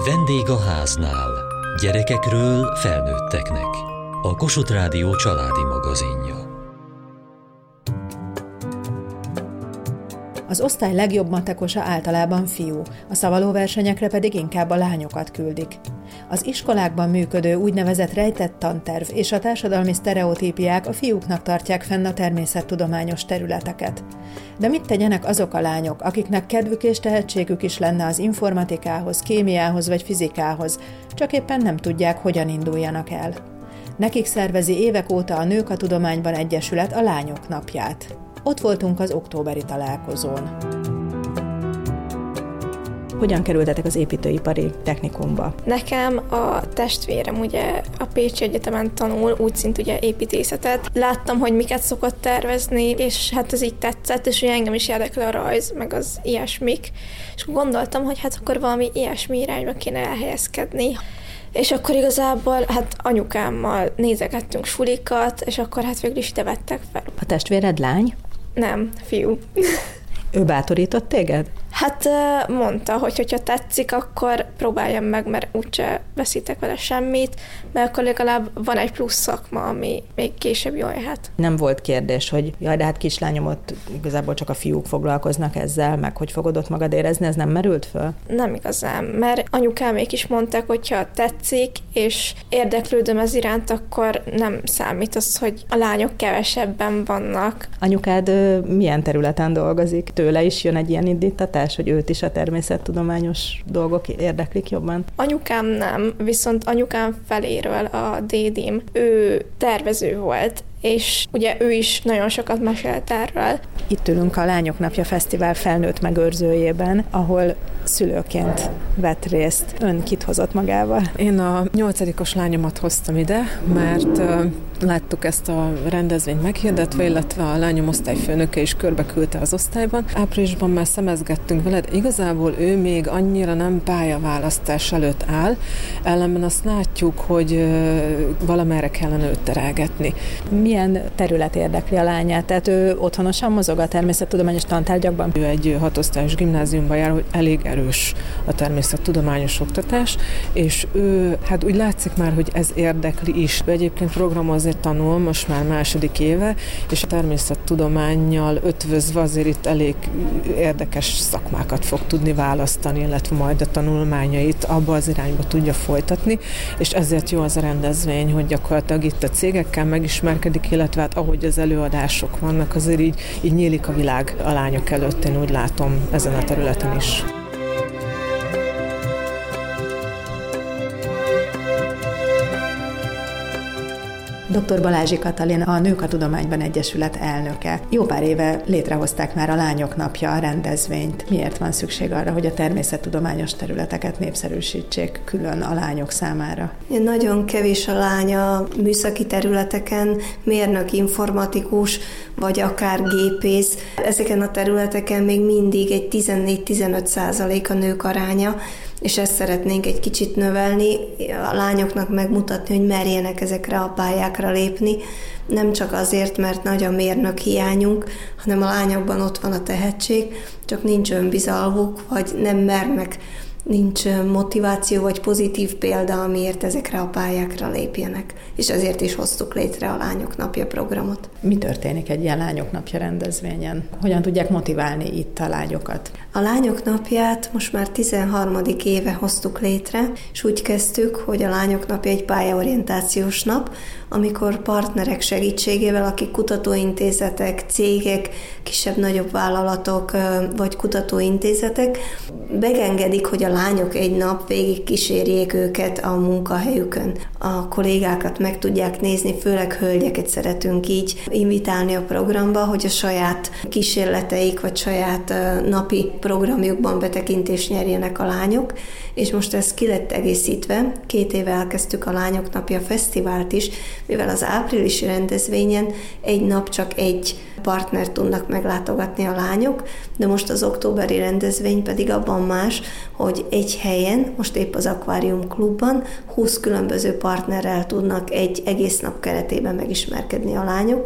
Vendég a háznál. Gyerekekről felnőtteknek. A Kossuth Rádió családi magazinja. Az osztály legjobb matekosa általában fiú, a szavalóversenyekre pedig inkább a lányokat küldik. Az iskolákban működő úgynevezett rejtett tanterv és a társadalmi sztereotípiák a fiúknak tartják fenn a természettudományos területeket. De mit tegyenek azok a lányok, akiknek kedvük és tehetségük is lenne az informatikához, kémiához vagy fizikához, csak éppen nem tudják, hogyan induljanak el? Nekik szervezi évek óta a Nők a Tudományban Egyesület a Lányok Napját. Ott voltunk az októberi találkozón. Hogyan kerültetek az építőipari technikumba? Nekem a testvérem ugye a Pécsi Egyetemen tanul, úgy szint ugye építészetet. Láttam, hogy miket szokott tervezni, és hát ez így tetszett, és ugye engem is érdekel a rajz, meg az ilyesmik. És gondoltam, hogy hát akkor valami ilyesmi irányba kéne elhelyezkedni. És akkor igazából hát anyukámmal nézegettünk sulikat, és akkor hát végül is ide vettek fel. A testvéred lány? Nem, fiú. Ő bátorított téged? Hát mondta, hogy hogyha tetszik, akkor próbáljam meg, mert úgyse veszítek vele semmit, mert akkor legalább van egy plusz szakma, ami még később jól jöhet. Nem volt kérdés, hogy jaj, de hát kislányom, ott igazából csak a fiúk foglalkoznak ezzel, meg hogy fogod ott magad érezni, ez nem merült föl? Nem igazán, mert anyukámék is mondták, hogyha tetszik, és érdeklődöm ez iránt, akkor nem számít az, hogy a lányok kevesebben vannak. Anyukád milyen területen dolgozik? Tőle is jön egy ilyen indítatás, hogy őt is a természettudományos dolgok érdeklik jobban? Anyukám nem, viszont anyukám feléről a dédim, ő tervező volt, és ugye ő is nagyon sokat mesélt erről. Itt ülünk a Lányok Napja Fesztivál felnőtt megőrzőjében, ahol szülőként vett részt. Ön kit hozott magával? Én a 8-os lányomat hoztam ide, mert láttuk ezt a rendezvényt meghirdetve, illetve a lányom osztályfőnöke is körbeküldte az osztályban. Áprilisban már szemezgettünk veled, igazából ő még annyira nem pályaválasztás előtt áll, ellenben azt látjuk, hogy valamerre kellene őt terelgetni. Milyen terület érdekli a lányát? Tehát ő otthonosan mozog a természettudományos tantárgyakban? Ő egy 6 osztályos gimnáziumban jár, hogy elég erős a természettudományos oktatás, és ő, hát úgy látszik már, hogy ez érdekli is. Ő egyébként programozni tanul, most már második éve, és a természettudománnyal ötvözve azért itt elég érdekes szakmákat fog tudni választani, illetve majd a tanulmányait abba az irányba tudja folytatni, és ezért jó az a rendezvény, hogy gyakorlatilag itt a cégekkel megismerkedik, illetve hát ahogy az előadások vannak, azért így nyílik a világ a lányok előtt, én úgy látom ezen a területen is. Dr. Balázsi Katalin, a Nők a Tudományban Egyesület elnöke. Jó pár éve létrehozták már a Lányok Napja, a rendezvényt. Miért van szükség arra, hogy a természettudományos területeket népszerűsítsék külön a lányok számára? Nagyon kevés a lány a műszaki területeken, mérnök, informatikus, vagy akár gépész. Ezeken a területeken még mindig egy 14-15% a nők aránya, és ezt szeretnénk egy kicsit növelni, a lányoknak megmutatni, hogy merjenek ezekre a pályákra lépni, nem csak azért, mert nagy a mérnök hiányunk, hanem a lányokban ott van a tehetség, csak nincs önbizalmuk, vagy nem mernek, nincs motiváció vagy pozitív példa, amiért ezekre a pályákra lépjenek. És ezért is hoztuk létre a Lányok Napja programot. Mi történik egy ilyen Lányok Napja rendezvényen? Hogyan tudják motiválni itt a lányokat? A Lányok Napját most már 13. éve hoztuk létre, és úgy kezdtük, hogy a Lányok Napja egy pályaorientációs nap, amikor partnerek segítségével, akik kutatóintézetek, cégek, kisebb-nagyobb vállalatok vagy kutatóintézetek megengedik, hogy a lányok egy nap végig kísérjék őket a munkahelyükön. A kollégákat meg tudják nézni, főleg hölgyeket szeretünk így invitálni a programba, hogy a saját kísérleteik vagy saját napi programjukban betekintést nyerjenek a lányok, és most ez ki lett egészítve. 2 éve elkezdtük a Lányok Napja Fesztivált is, mivel az áprilisi rendezvényen egy nap csak egy partnert tudnak meglátogatni a lányok, de most az októberi rendezvény pedig abban más, hogy egy helyen, most épp az Akvárium Klubban 20 különböző partnerrel tudnak egy egész nap keretében megismerkedni a lányok,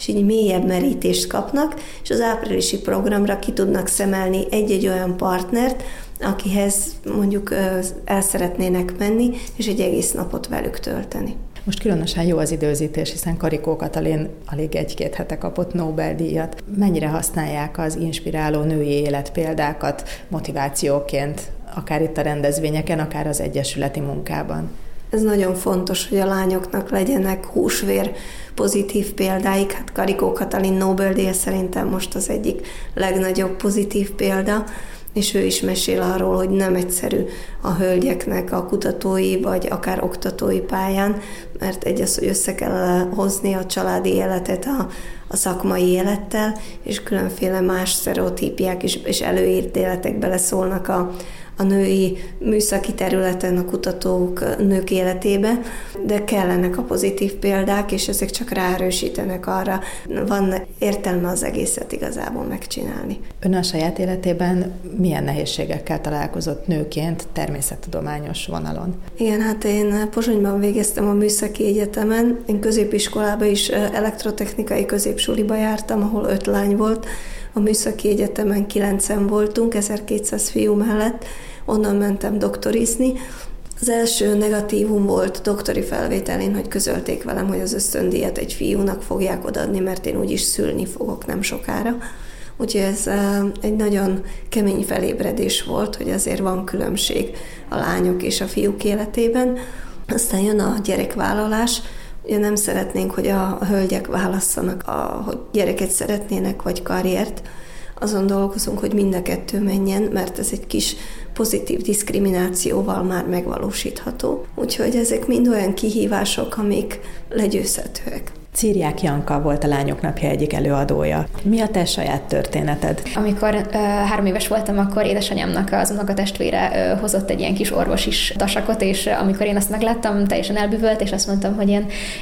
és így mélyebb merítést kapnak, és az áprilisi programra ki tudnak szemelni egy-egy olyan partnert, akihez mondjuk el szeretnének menni, és egy egész napot velük tölteni. Most különösen jó az időzítés, hiszen Karikó Katalin alig 1-2 hete kapott Nobel-díjat. Mennyire használják az inspiráló női életpéldákat motivációként, akár itt a rendezvényeken, akár az egyesületi munkában? Ez nagyon fontos, hogy a lányoknak legyenek húsvér pozitív példáik. Hát Karikó Katalin Nobel-díja szerintem most az egyik legnagyobb pozitív példa, és ő is mesél arról, hogy nem egyszerű a hölgyeknek a kutatói vagy akár oktatói pályán, mert egy az, hogy össze kell hozni a családi életet a szakmai élettel, és különféle más sztereotípiák és előítéletek beleszólnak a női műszaki területen a kutatók nők életébe, de kellenek a pozitív példák, és ezek csak ráerősítenek arra, van értelme az egészet igazából megcsinálni. Ön a saját életében milyen nehézségekkel találkozott nőként természettudományos vonalon? Igen, hát én Pozsonyban végeztem a Műszaki Egyetemen, én középiskolába is elektrotechnikai középsuliba jártam, ahol 5 lány volt, a Műszaki Egyetemen 9-en voltunk, 1200 fiú mellett, onnan mentem doktorizni. Az első negatívum volt doktori felvételén, hogy közölték velem, hogy az ösztöndíjat egy fiúnak fogják odaadni, mert én úgyis szülni fogok nem sokára. Úgyhogy ez egy nagyon kemény felébredés volt, hogy azért van különbség a lányok és a fiúk életében. Aztán jön a gyerekvállalás. Ugye nem szeretnénk, hogy a hölgyek válasszanak, hogy gyereket szeretnének, vagy karriert. Azon dolgozunk, hogy mind a kettő menjen, mert ez egy kis pozitív diszkriminációval már megvalósítható. Úgyhogy ezek mind olyan kihívások, amik legyőzhetőek. Círiák Janka volt a Lányok Napja egyik előadója. Mi a te saját történeted? Amikor 3 éves voltam, akkor édesanyámnak az unokatestvére hozott egy ilyen kis orvosis tasakot, és amikor én azt megláttam, teljesen elbűvölt, és azt mondtam, hogy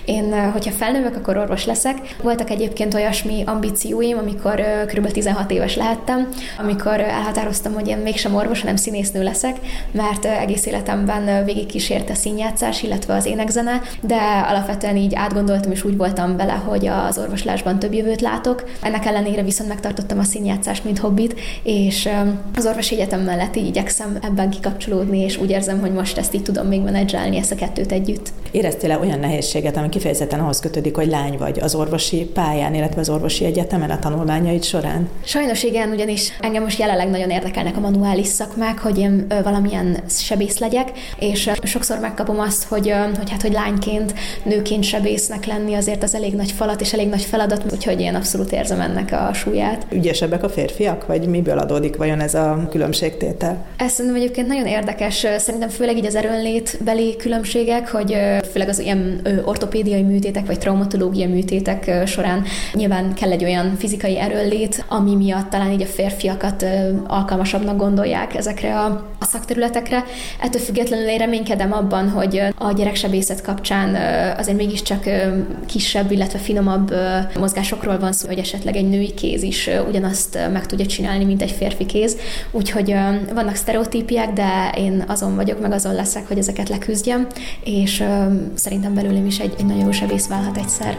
én hogyha felnövök, akkor orvos leszek. Voltak egyébként olyasmi ambícióim, amikor kb. 16 éves lehettem, amikor elhatároztam, hogy én mégsem orvos, hanem színésznő leszek, mert egész életemben végigkísérte színjátszás, illetve az énekzene, de alapvetően így átgondoltam, és úgy voltam vele, hogy az orvoslásban több jövőt látok. Ennek ellenére viszont megtartottam a színjátszást, mint hobbit, és az orvosi egyetem mellett így igyekszem ebben kikapcsolódni, és úgy érzem, hogy most ezt így tudom még menedzselni, ezt a kettőt együtt. Éreztél-e olyan nehézséget, ami kifejezetten ahhoz kötődik, hogy lány vagy az orvosi pályán, illetve az orvosi egyetemen a tanulmányaid során? Sajnos igen, ugyanis engem most jelenleg nagyon érdekelnek a manuális szakmák, hogy én valamilyen sebész legyek, és sokszor megkapom azt, hogy lányként, nőként sebésznek lenni azért az elég nagy falat és elég nagy feladat, úgyhogy én abszolút érzem ennek a súlyát. Ügyesebbek a férfiak, vagy miből adódik vajon ez a különbségtétel? Ez szerintem egyébként nagyon érdekes, szerintem főleg így az erőnlétbeli különbségek, hogy főleg az ilyen ortopédiai műtétek vagy traumatológiai műtétek során nyilván kell egy olyan fizikai erőnlét, ami miatt talán így a férfiakat alkalmasabbnak gondolják ezekre a szakterületekre. Ettől függetlenül én reménykedem abban, hogy a gyereksebészet kapcsán azért mégiscsak kisebb, illetve finomabb mozgásokról van szó, hogy esetleg egy női kéz is ugyanazt meg tudja csinálni, mint egy férfi kéz. Úgyhogy vannak sztereotípiák, de én azon vagyok, meg azon leszek, hogy ezeket leküzdjem, és szerintem belőlem is egy nagyon jó sebész válhat egyszer.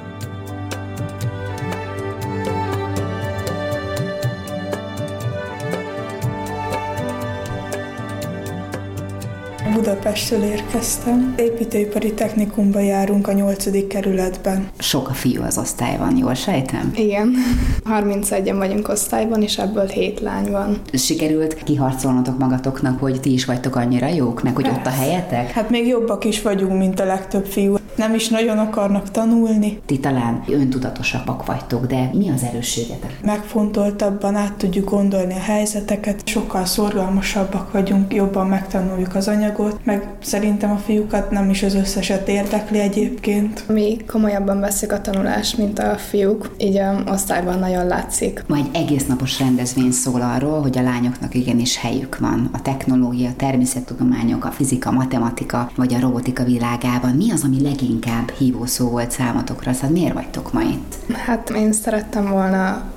Budapestről érkeztem. Építőipari technikumba járunk a 8. kerületben. Sok a fiú az osztályban, jól sejtem? Igen. 31-en vagyunk osztályban, és ebből 7 lány van. Sikerült kiharcolnotok magatoknak, hogy ti is vagytok annyira jók, meg hogy ott a helyetek? Hát még jobbak is vagyunk, mint a legtöbb fiú. Nem is nagyon akarnak tanulni. Ti talán öntudatosabbak vagytok, de mi az erősségetek? Megfontoltabban át tudjuk gondolni a helyzeteket, sokkal szorgalmasabbak vagyunk, jobban megtanuljuk az anyagot, meg szerintem a fiúkat nem is az összeset érdekli egyébként. Mi komolyabban veszik a tanulást, mint a fiúk, így a osztályban nagyon látszik. Ma egy egész napos rendezvény szól arról, hogy a lányoknak igenis helyük van. A technológia, a természettudományok, a fizika, a matematika vagy a robotika világában. Mi az, ami leginkább hívószó volt számotokra? Szóval miért vagytok ma itt? Hát én szerettem volna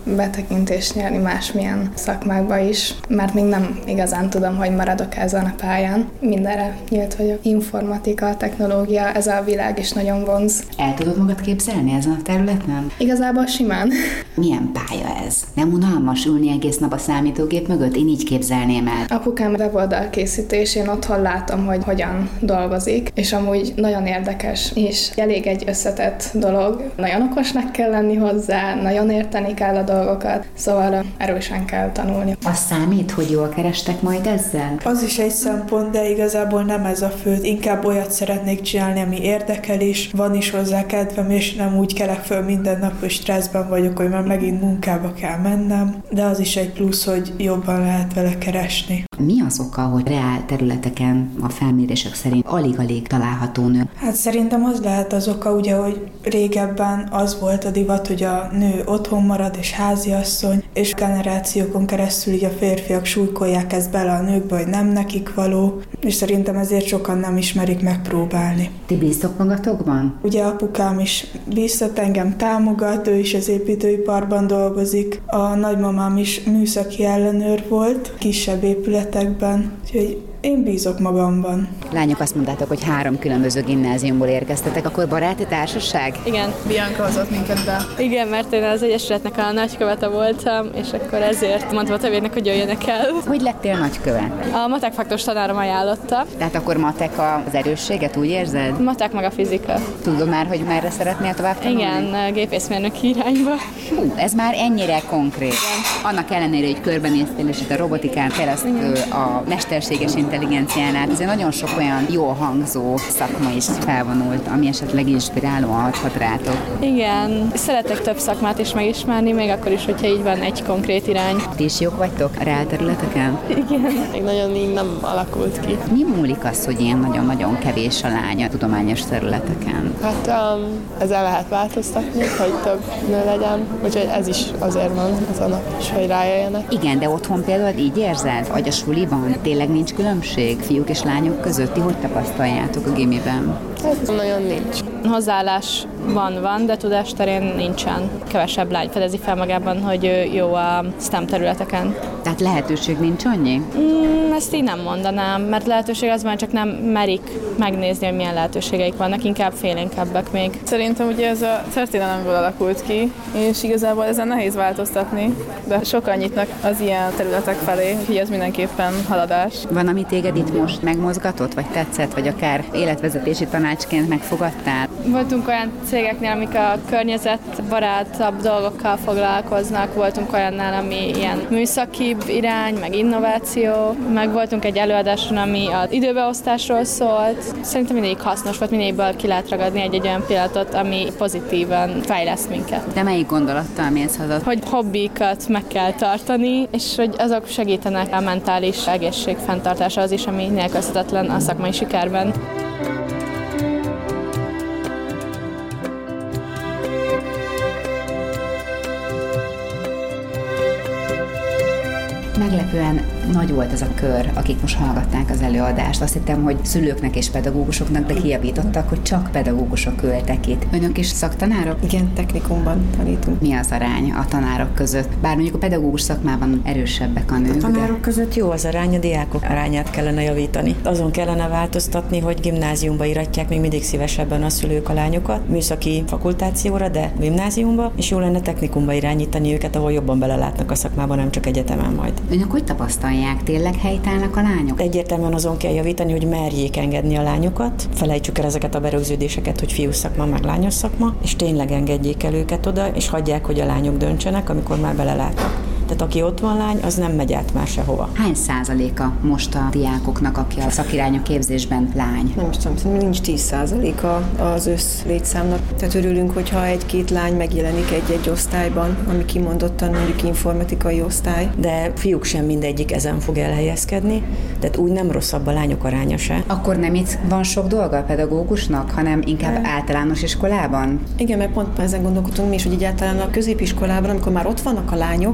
betekintést nyerni másmilyen szakmákba is, mert még nem igazán tudom, hogy maradok ezen a pályán. Mindenre nyílt vagyok. Informatika, technológia, ez a világ is nagyon vonz. El tudod magad képzelni ezen a területen? Igazából simán. Milyen pálya ez? Nem unalmas ülni egész nap a számítógép mögött? Én így képzelném el. Apukám weboldalkészítés, én otthon látom, hogy hogyan dolgozik, és amúgy nagyon érdekes, és elég egy összetett dolog. Nagyon okosnak kell lenni hozzá, nagyon érteni kell a dolgokat, szóval erősen kell tanulni. Az számít, hogy jól kerestek majd ezzel? Az is egy szempont, de igazából nem ez a fő. Inkább olyat szeretnék csinálni, ami érdekel is, van is hozzá kedvem, és nem úgy kelek föl minden nap, hogy stresszben vagyok, hogy már megint munkába kell mennem, de az is egy plusz, hogy jobban lehet vele keresni. Mi az oka, hogy reál területeken a felmérések szerint alig-alig található nő? Hát szerintem az lehet az oka, ugye, hogy régebben az volt a divat, hogy a nő otthon marad és háziasszony, és generációkon keresztül így a férfiak súlykolják ezt bele a nőkbe, hogy nem nekik való, és szerintem ezért sokan nem ismerik megpróbálni. Ti bíztok magatokban? Ugye apukám is bíztat, engem támogat, ő is az építőiparban dolgozik. A nagymamám is műszaki ellenőr volt, kisebb épületekben, úgyhogy én bízok magamban. Lányok, azt mondtátok, hogy 3 különböző gimnáziumból érkeztetek, akkor baráti társaság? Igen. Bianca hozott minket be. Igen, mert én az Egyesületnek a nagykövete voltam, és akkor ezért mondtam a tevérnek, hogy jöjjenek el. Hogy lettél nagykövet? A matek faktos tanárom ajánlotta. Tehát akkor matek az erősséget, úgy érzed? Matek meg a fizika. Tudod már, hogy merre szeretnél tovább tanulni? Igen, gépészmérnöki irányba. Ez már ennyire konkrét. Igen. Annak ellenére, hogy körbenéztél, és itt a robotikán keresztül a mesterséges intelligencián át, azért nagyon sok olyan jól hangzó szakma is felvonult, ami esetleg inspirálóan hathat rátok. Igen, szeretek több szakmát is megismerni, még akkor is, hogyha így van egy konkrét irány. Ti is jók vagytok a reál területeken? Igen, még nagyon így nem alakult ki. Mi múlik az, hogy ilyen nagyon-nagyon kevés a lány a tudományos területeken? Hát ezzel lehet változtatni, hogy több nő legyen, úgyhogy ez is azért van az a nap is, hogy rájöjjenek. Igen, de otthon például így érzed? Vagy a suliban? Tényleg nincs különbség fiúk és lányok között? Ti hogy tapasztaljátok a gimiben? Ez nagyon nincs. Hozzáállás van, de tudás terén nincsen. Kevesebb lány fedezi fel magában, hogy jó a STEM területeken. Tehát lehetőség nincs annyi? Ezt így nem mondanám, mert lehetőség az már csak nem merik megnézni, hogy milyen lehetőségeik vannak, inkább félénkebbek még. Szerintem ugye ez a történelemből alakult ki, és igazából ezen nehéz változtatni, de sokan nyitnak az ilyen területek felé, úgyhogy ez mindenképpen haladás. Van, ami téged itt most megmozgatott, vagy tetszett, vagy akár életvezetési tanácsként megfogadtál? Voltunk olyan cégeknél, amik a környezetbarátabb dolgokkal foglalkoznak, voltunk olyannál, ami ilyen műszakibb irány, meg innováció, meg voltunk egy előadáson, ami az időbeosztásról szólt. Szerintem mindig hasznos volt, mindigből ki lehet ragadni egy olyan pillanatot, ami pozitívan fejleszt minket. De melyik gondolattal mész haza? Hogy hobbikat meg kell tartani, és hogy azok segítenek a mentális egészség fenntartása az is, ami nélkülözhetetlen a szakmai sikerben. Meglepően nagy volt ez a kör, akik most hallgatták az előadást. Azt hittem, hogy szülőknek és pedagógusoknak, de kijavítottak, hogy csak pedagógusok ültek itt. Önök is szaktanárok? Igen, technikumban tanítunk. Mi az arány a tanárok között? Bár mondjuk a pedagógus szakmában erősebbek a nők. A tanárok között jó az arány, a diákok arányát kellene javítani. Azon kellene változtatni, hogy gimnáziumba iratják még mindig szívesebben a szülők a lányokat, műszaki fakultációra, de gimnáziumba, és jó lenne technikumba irányítani őket, ahol jobban belelátnak a szakmában, nem csak egyetemen majd. Önök hogy tapasztalják? Tényleg helytállnak a lányok? Egyértelműen azon kell javítani, hogy merjék engedni a lányokat, felejtsük el ezeket a berögződéseket, hogy fiús szakma, meg lányos szakma, és tényleg engedjék el őket oda, és hagyják, hogy a lányok döntsenek, amikor már belelátnak. Tehát aki ott van lány, az nem megy át már sehova. Hány százaléka most a diákoknak, aki a szakirányú képzésben lány? Nem is tudom, nincs 10%-a az összlétszámnak. Tehát örülünk, hogyha egy-két lány megjelenik egy-egy osztályban, ami kimondottan mondjuk informatikai osztály. De fiúk sem mindegyik ezen fog elhelyezkedni, tehát úgy nem rosszabb a lányok aránya se. Akkor nem itt van sok dolga a pedagógusnak, hanem inkább általános iskolában? Igen, mert pont ezen gondolkodtunk mi is, hogy egyáltalán a középiskolában, amikor már ott vannak a lányok, akkor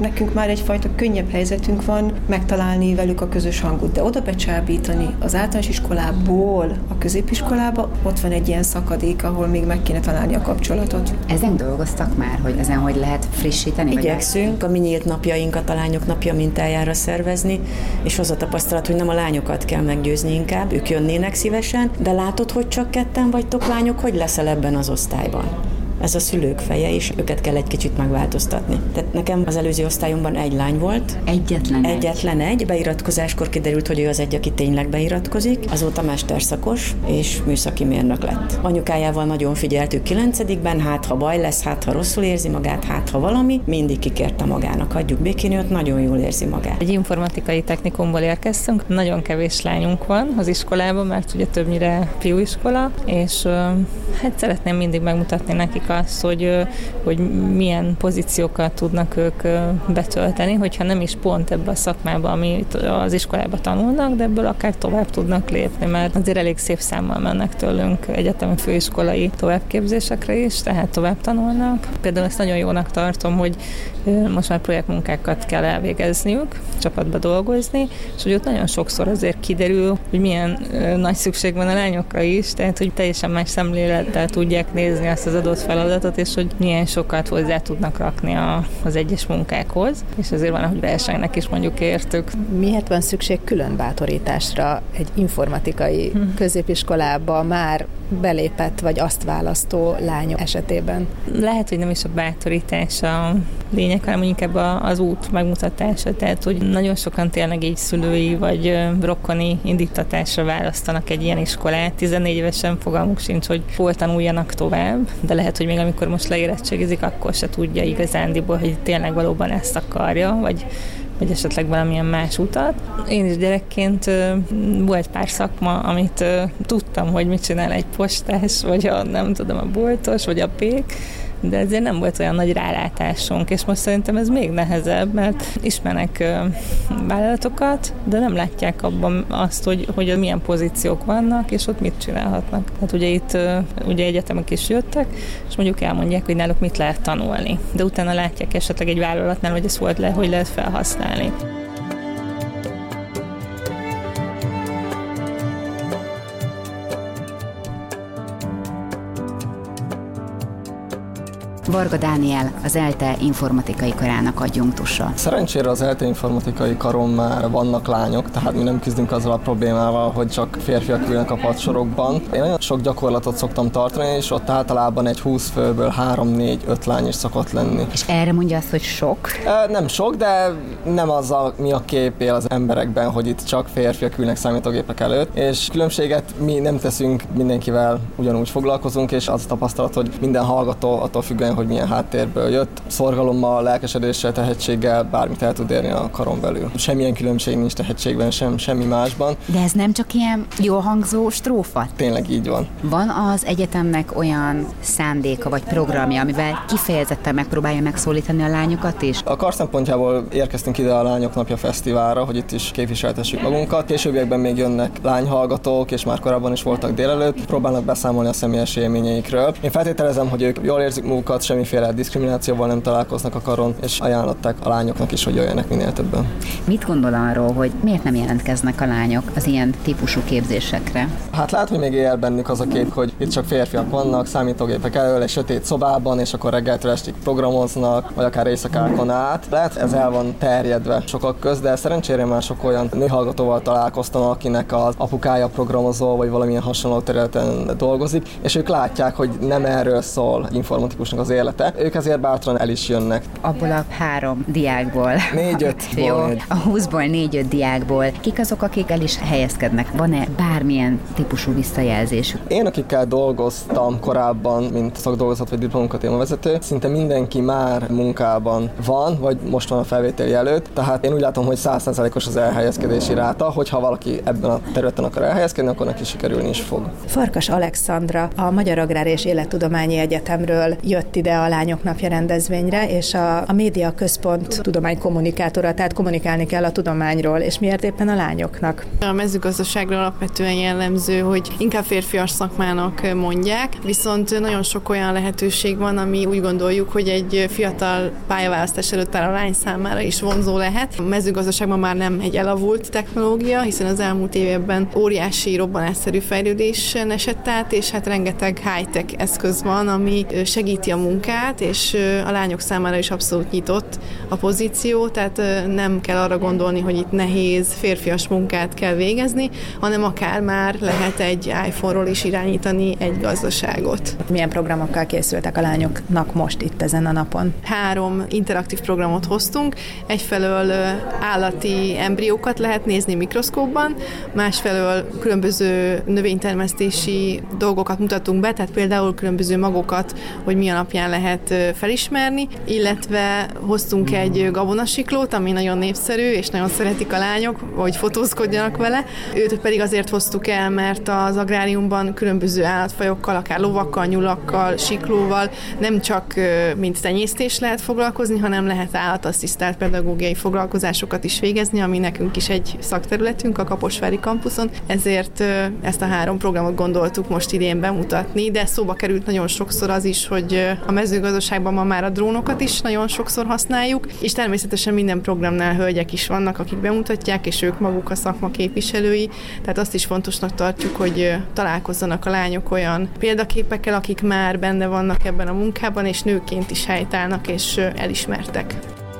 nekünk már egyfajta könnyebb helyzetünk van megtalálni velük a közös hangot, de oda becsábítani az általános iskolából a középiskolába, ott van egy ilyen szakadék, ahol még meg kéne találni a kapcsolatot. Ezen dolgoztak már, hogy ezen hogy lehet frissíteni? Igyekszünk a mi nyílt napjainkat a lányok napja mintájára szervezni, és az a tapasztalat, hogy nem a lányokat kell meggyőzni inkább, ők jönnének szívesen, de látod, hogy csak ketten vagytok lányok, hogy leszel ebben az osztályban? Ez a szülők feje, és őket kell egy kicsit megváltoztatni. Tehát nekem az előző osztályomban egy lány volt. Egyetlen egy. Beiratkozáskor kiderült, hogy ő az egy, aki tényleg beiratkozik. Azóta mesterszakos és műszaki mérnök lett. Anyukájával nagyon figyeltük 9-ben, hát ha baj lesz, hát ha rosszul érzi magát, hát ha valami, mindig kikérte magának. Hagyjuk békén, őt nagyon jól érzi magát. Egy informatikai technikumból érkeztünk, nagyon kevés lányunk van az iskolában, mert ugye többnyire fiúiskola, és hát szeretném mindig megmutatni nekik azt, hogy milyen pozíciókat tudnak ők betölteni, hogyha nem is pont ebbe a szakmába, amit az iskolába tanulnak, de ebből akár tovább tudnak lépni, mert azért elég szép számmal mennek tőlünk egyetemi főiskolai továbbképzésekre is, tehát tovább tanulnak. Például ezt nagyon jónak tartom, hogy most már projektmunkákat kell elvégezniük, csapatba dolgozni, és hogy ott nagyon sokszor azért kiderül, hogy milyen nagy szükség van a lányokra is, tehát hogy teljesen más szemlélettel tudják nézni azt az adott feladatot, és hogy milyen sokat hozzá tudnak rakni az egyes munkákhoz, és azért van, hogy versenynek is mondjuk értük. Miért van szükség külön bátorításra egy informatikai középiskolába már belépett, vagy azt választó lányok esetében? Lehet, hogy nem is a bátorítás a lényeg, hanem inkább az út megmutatása. Tehát, hogy nagyon sokan tényleg így szülői vagy rokoni indítatásra választanak egy ilyen iskolát. 14 évesen fogalmuk sincs, hogy hol tanuljanak tovább, de lehet, hogy még amikor most leérettségizik, akkor se tudja igazándiból, hogy tényleg valóban ezt akarja, vagy esetleg valamilyen más utat. Én is gyerekként volt pár szakma, amit tudtam, hogy mit csinál egy postás, vagy a boltos, vagy a pék, de ezért nem volt olyan nagy rálátásunk, és most szerintem ez még nehezebb, mert ismernek vállalatokat, de nem látják abban azt, hogy milyen pozíciók vannak, és ott mit csinálhatnak. Hát ugye itt egyetemek is jöttek, és mondjuk elmondják, hogy náluk mit lehet tanulni, de utána látják esetleg egy vállalatnál, hogy ezt hogy lehet felhasználni. Varga Dániel, az ELTE informatikai karának adjunktusa. Szerencsére az ELTE informatikai karon már vannak lányok, tehát mi nem küzdünk azzal a problémával, hogy csak férfiak ülnek a padsorokban. Én nagyon sok gyakorlatot szoktam tartani, és ott általában egy 20 főből 3-4-5 lány is szokott lenni. És erre mondja azt, hogy sok? Nem sok, de nem az, mi a kép él az emberekben, hogy itt csak férfiak ülnek számítógépek előtt, és különbséget mi nem teszünk, mindenkivel ugyanúgy foglalkozunk, és az a tapasztalat, hogy minden hallgató attól függően, hogy milyen háttérből jött, szorgalommal, lelkesedéssel, tehetséggel bármit el tud érni a karon belül. Semmilyen különbség nincs tehetségben, semmi másban. De ez nem csak ilyen jól hangzó strófa? Tényleg így van. Van az egyetemnek olyan szándéka vagy programja, amivel kifejezetten megpróbálja megszólítani a lányokat is? A kar szempontjából érkeztünk ide a Lányok Napja Fesztiválra, hogy itt is képviseltessük magunkat. Későbbiekben még jönnek lányhallgatók, és már korábban is voltak délelőtt, próbálnak beszámolni a személyes élményeikről. Én feltételezem, hogy ők jól érzik magukat, semmiféle diszkriminációval nem találkoznak a karon, és ajánlották a lányoknak is, hogy jöjjenek minél többen. Mit gondol arról, hogy miért nem jelentkeznek a lányok az ilyen típusú képzésekre? Hát lehet, hogy még él bennük az a kép, hogy itt csak férfiak vannak, számítógépek elől, egy sötét szobában, és akkor reggeltől estig programoznak, vagy akár éjszakákon át. Lehet, ez el van terjedve sokak köz, de szerencsére már sok olyan nőhallgatóval találkoztam, akinek az apukája programozó, vagy valamilyen hasonló területen dolgozik, és ők látják, hogy nem erről szól informatikusnak az élete. Ők ezért bátran el is jönnek. Abból a 3 diákból. 4-5-ból. Jó, a 20-ból 4-5 diákból. Kik azok, akik el is helyezkednek? Van-e bármilyen típusú visszajelzésük? Én, akikkel dolgoztam korábban, mint szakdolgozat vagy diplomunkatémavezető, szinte mindenki már munkában van, vagy most van a felvételi előtt, tehát én úgy látom, hogy 100%-os az elhelyezkedési ráta, hogyha valaki ebben a területen akar elhelyezkedni, akkor neki sikerülni is fog. Farkas Alexandra a Magyar Agrár és Élettudományi Egyetemről jött ide ide a Lányok Napja rendezvényre, és a Média Központ tudománykommunikátora, tehát kommunikálni kell a tudományról, és miért éppen a lányoknak? A mezőgazdaságra alapvetően jellemző, hogy inkább férfias szakmának mondják, viszont nagyon sok olyan lehetőség van, ami úgy gondoljuk, hogy egy fiatal pályaválasztás előtt áll a lány számára is vonzó lehet. A mezőgazdaságban már nem egy elavult technológia, hiszen az elmúlt években óriási robbanásszerű fejlődésen esett át, és hát rengeteg high-tech eszköz van, ami segíti a munkát, és a lányok számára is abszolút nyitott a pozíció, tehát nem kell arra gondolni, hogy itt nehéz férfias munkát kell végezni, hanem akár már lehet egy iPhone-ról is irányítani egy gazdaságot. Milyen programokkal készültek a lányoknak most itt ezen a napon? 3 interaktív programot hoztunk. Egyfelől állati embriókat lehet nézni mikroszkópban, másfelől különböző növénytermesztési dolgokat mutatunk be, tehát például különböző magokat, hogy mi alapján lehet felismerni, illetve hoztunk egy gabonasiklót, ami nagyon népszerű, és nagyon szeretik a lányok, hogy fotózkodjanak vele. Őt pedig azért hoztuk el, mert az agráriumban különböző állatfajokkal, akár lovakkal, nyulakkal, siklóval nem csak mint tenyésztés lehet foglalkozni, hanem lehet állatasszisztált pedagógiai foglalkozásokat is végezni, ami nekünk is egy szakterületünk a Kaposvári kampuszon, ezért ezt a 3 programot gondoltuk most idén bemutatni, de szóba került nagyon sokszor az is, hogy a mezőgazdaságban ma már a drónokat is nagyon sokszor használjuk, és természetesen minden programnál hölgyek is vannak, akik bemutatják, és ők maguk a szakma képviselői, tehát azt is fontosnak tartjuk, hogy találkozzanak a lányok olyan példaképekkel, akik már benne vannak ebben a munkában, és nőként is helytállnak és elismertek.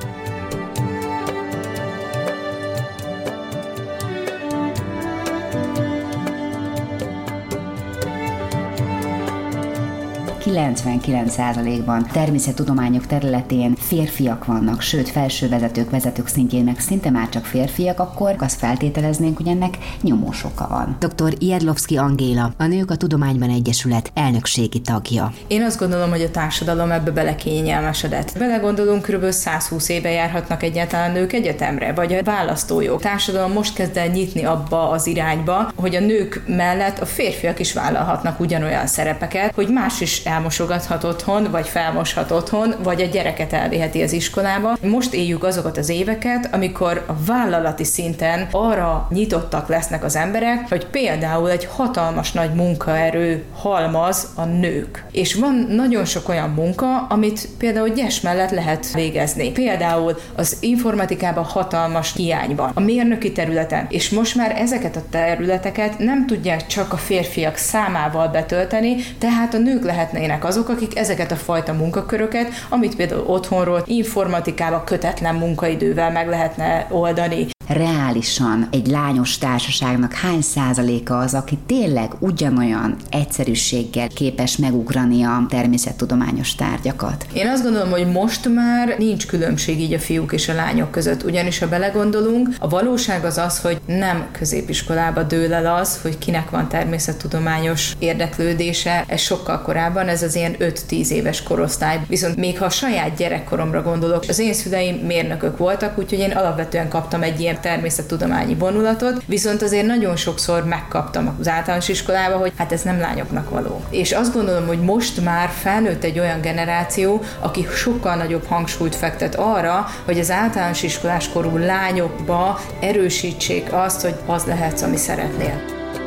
...99%-ban természettudományok területén férfiak vannak, sőt vezetők szintjén meg szinte már csak férfiak, akkor azt feltételeznénk, hogy ennek nyomós oka van. Dr. Jedlovszky Angéla, a Nők a Tudományban Egyesület elnökségi tagja. Én azt gondolom, hogy a társadalom ebbe belekényelmesedett. Belegondolunk, kb. 120 éve járhatnak egyáltalán nők egyetemre, vagy a választójog. A társadalom most kezd el nyitni abba az irányba, hogy a nők mellett a férfiak is vállalhatnak ugyanolyan szerepeket, hogy más is elmosogathat otthon, vagy felmoshat otthon, vagy a gyereket elviheti az iskolába. Most éljük azokat az éveket, amikor a vállalati szinten arra nyitottak lesznek az emberek, hogy például egy hatalmas nagy munkaerő halmaz a nők. És van nagyon sok olyan munka, amit például gyes mellett lehet végezni. Például az informatikában hatalmas hiány van, a mérnöki területen, és most már ezeket a területeket nem tudják csak a férfiak számával betölteni, tehát a nők lehetnének azok, akik ezeket a fajta munkaköröket, amit például otthonról informatikába kötetlen munkaidővel meg lehetne oldani. Reálisan egy lányos társaságnak hány százaléka az, aki tényleg ugyanolyan egyszerűséggel képes megugrani a természettudományos tárgyakat? Én azt gondolom, hogy most már nincs különbség így a fiúk és a lányok között, ugyanis ha belegondolunk, a valóság az az, hogy nem középiskolába dől el az, hogy kinek van természettudományos érdeklődése, ez sokkal korábban, ez az ilyen 5-10 éves korosztály. Viszont még ha a saját gyerekkoromra gondolok, az én szüleim mérnökök voltak, úgyhogy én alapvetően kaptam egy ilyen természettudományi vonulatot, viszont azért nagyon sokszor megkaptam az általános iskolába, hogy hát ez nem lányoknak való. És azt gondolom, hogy most már felnőtt egy olyan generáció, aki sokkal nagyobb hangsúlyt fektet arra, hogy az általános iskolás korú lányokba erősítsék azt, hogy az lehetsz, ami szeretnél.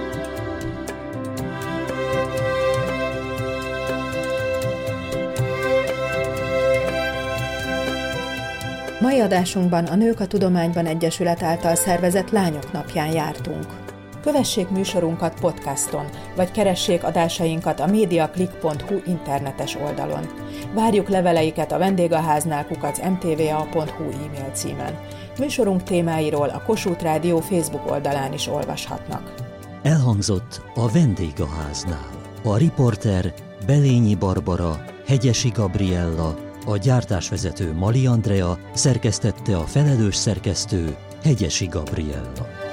Mai adásunkban a Nők a Tudományban Egyesület által szervezett Lányok Napján jártunk. Kövessék műsorunkat podcaston, vagy keressék adásainkat a mediaclick.hu internetes oldalon. Várjuk leveleiket a vendégháznál @mtva.hu e-mail címen. Műsorunk témáiról a Kossuth Rádió Facebook oldalán is olvashatnak. Elhangzott a vendégháznál. A riporter Belényi Barbara, Hegyesi Gabriella, a gyártásvezető Mali Andrea, szerkesztette a felelős szerkesztő Hegyesi Gabriella.